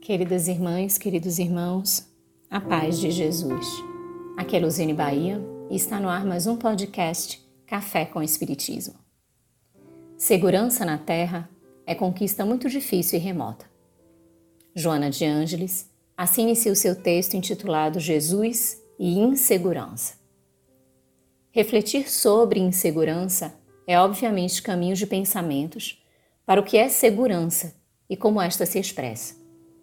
Queridas irmãs, queridos irmãos, a paz de Jesus. Aqui é Luziane Bahia e está no ar mais um podcast Café com Espiritismo. Segurança na Terra é conquista muito difícil e remota. Joana de Ângeles assim inicia o seu texto intitulado Jesus e Insegurança. Refletir sobre insegurança é obviamente caminho de pensamentos para o que é segurança e como esta se expressa.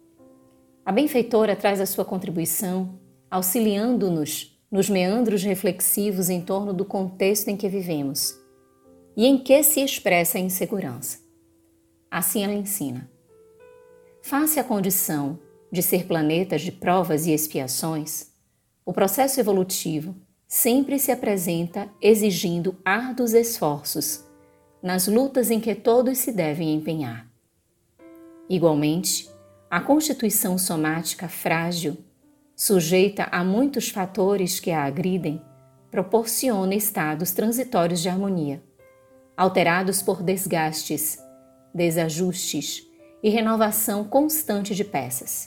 A benfeitora traz a sua contribuição, auxiliando-nos nos meandros reflexivos em torno do contexto em que vivemos e em que se expressa a insegurança. Assim ela ensina. Face à condição de ser planetas de provas e expiações, o processo evolutivo sempre se apresenta exigindo árduos esforços nas lutas em que todos se devem empenhar. Igualmente, a constituição somática frágil, sujeita a muitos fatores que a agridem, proporciona estados transitórios de harmonia, alterados por desgastes, desajustes e renovação constante de peças.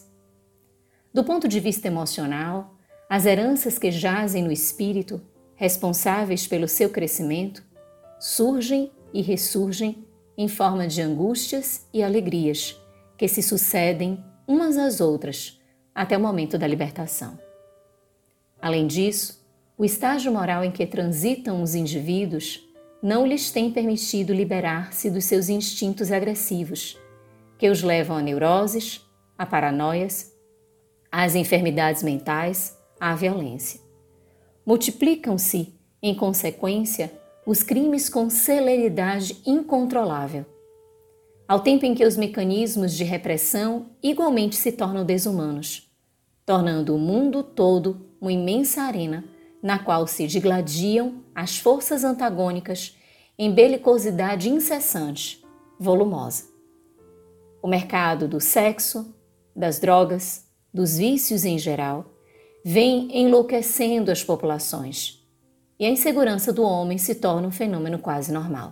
Do ponto de vista emocional, as heranças que jazem no espírito, responsáveis pelo seu crescimento, surgem e ressurgem em forma de angústias e alegrias, que se sucedem umas às outras até o momento da libertação. Além disso, o estágio moral em que transitam os indivíduos não lhes tem permitido liberar-se dos seus instintos agressivos, que os levam a neuroses, a paranoias, às enfermidades mentais, à violência. Multiplicam-se, em consequência, os crimes com celeridade incontrolável, ao tempo em que os mecanismos de repressão igualmente se tornam desumanos, tornando o mundo todo uma imensa arena na qual se digladiam as forças antagônicas em belicosidade incessante, volumosa. O mercado do sexo, das drogas, dos vícios em geral, vem enlouquecendo as populações, e a insegurança do homem se torna um fenômeno quase normal.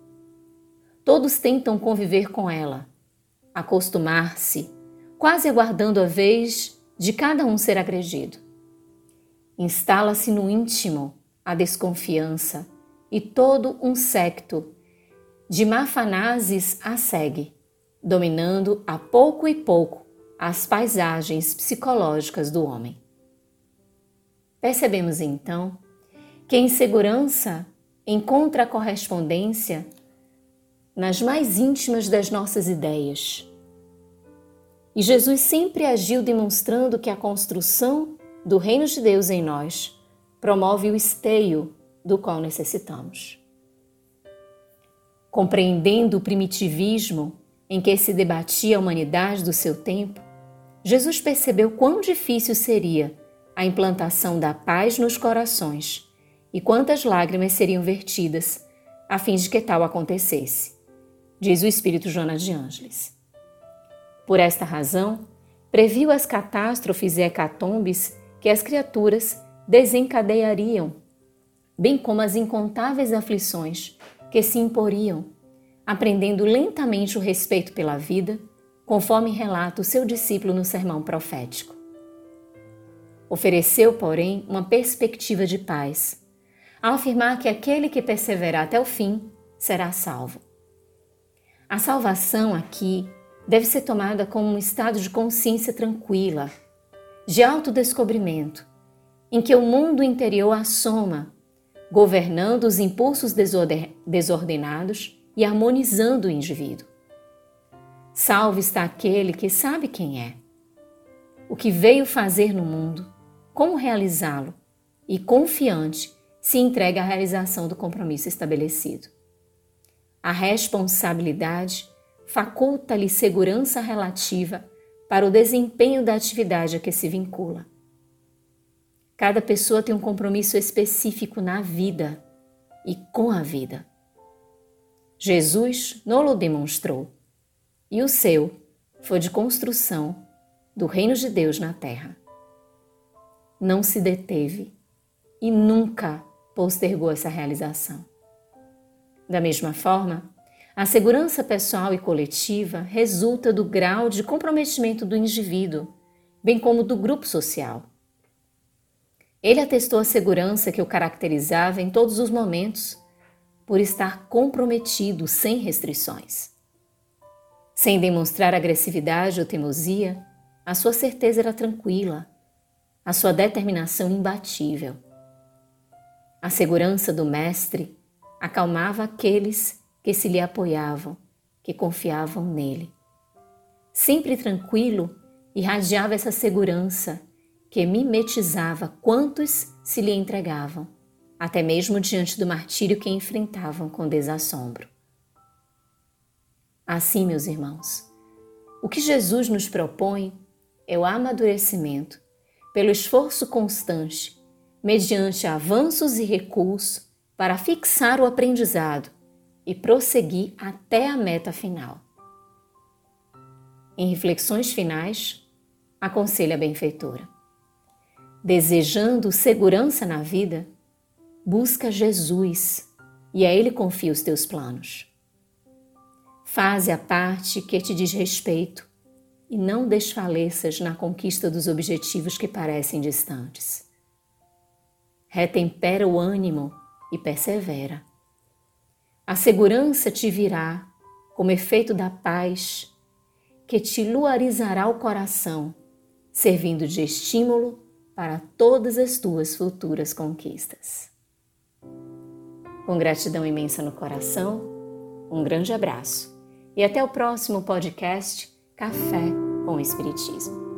Todos tentam conviver com ela, acostumar-se, quase aguardando a vez de cada um ser agredido. Instala-se no íntimo a desconfiança e todo um séquito de mafanazes a segue, dominando a pouco e pouco as paisagens psicológicas do homem. Percebemos então que a insegurança encontra correspondência nas mais íntimas das nossas ideias. E Jesus sempre agiu demonstrando que a construção do reino de Deus em nós promove o esteio do qual necessitamos. Compreendendo o primitivismo em que se debatia a humanidade do seu tempo, Jesus percebeu quão difícil seria a implantação da paz nos corações e quantas lágrimas seriam vertidas a fim de que tal acontecesse, diz o espírito Joana de Ângeles. Por esta razão, previu as catástrofes e hecatombes que as criaturas desencadeariam, bem como as incontáveis aflições que se imporiam, aprendendo lentamente o respeito pela vida, conforme relata o seu discípulo no sermão profético. Ofereceu, porém, uma perspectiva de paz, ao afirmar que aquele que perseverar até o fim será salvo. A salvação aqui deve ser tomada como um estado de consciência tranquila, de autodescobrimento, em que o mundo interior assoma, governando os impulsos desordenados e harmonizando o indivíduo. Salvo está aquele que sabe quem é, o que veio fazer no mundo, como realizá-lo e, confiante, se entrega à realização do compromisso estabelecido. A responsabilidade faculta-lhe segurança relativa para o desempenho da atividade a que se vincula. Cada pessoa tem um compromisso específico na vida e com a vida. Jesus não-lo demonstrou, e o seu foi de construção do reino de Deus na terra. Não se deteve e nunca postergou essa realização. Da mesma forma, A segurança pessoal e coletiva resulta do grau de comprometimento do indivíduo, bem como do grupo social. Ele atestou a segurança que o caracterizava em todos os momentos, por estar comprometido sem restrições. Sem demonstrar agressividade ou teimosia, a sua certeza era tranquila, a sua determinação imbatível. A segurança do mestre acalmava aqueles que se lhe apoiavam, que confiavam nele. Sempre tranquilo, irradiava essa segurança que mimetizava quantos se lhe entregavam, até mesmo diante do martírio que enfrentavam com desassombro. Assim, meus irmãos, o que Jesus nos propõe é o amadurecimento pelo esforço constante, mediante avanços e recuos, para fixar o aprendizado e prosseguir até a meta final. Em reflexões finais, aconselha a benfeitora: desejando segurança na vida, busca Jesus e a Ele confia os teus planos. Faze a parte que te diz respeito e não desfaleças na conquista dos objetivos que parecem distantes. Retempera o ânimo e persevera. A segurança te virá como efeito da paz que te luarizará o coração, servindo de estímulo para todas as tuas futuras conquistas. Com gratidão imensa no coração, um grande abraço e até o próximo podcast Café com Espiritismo.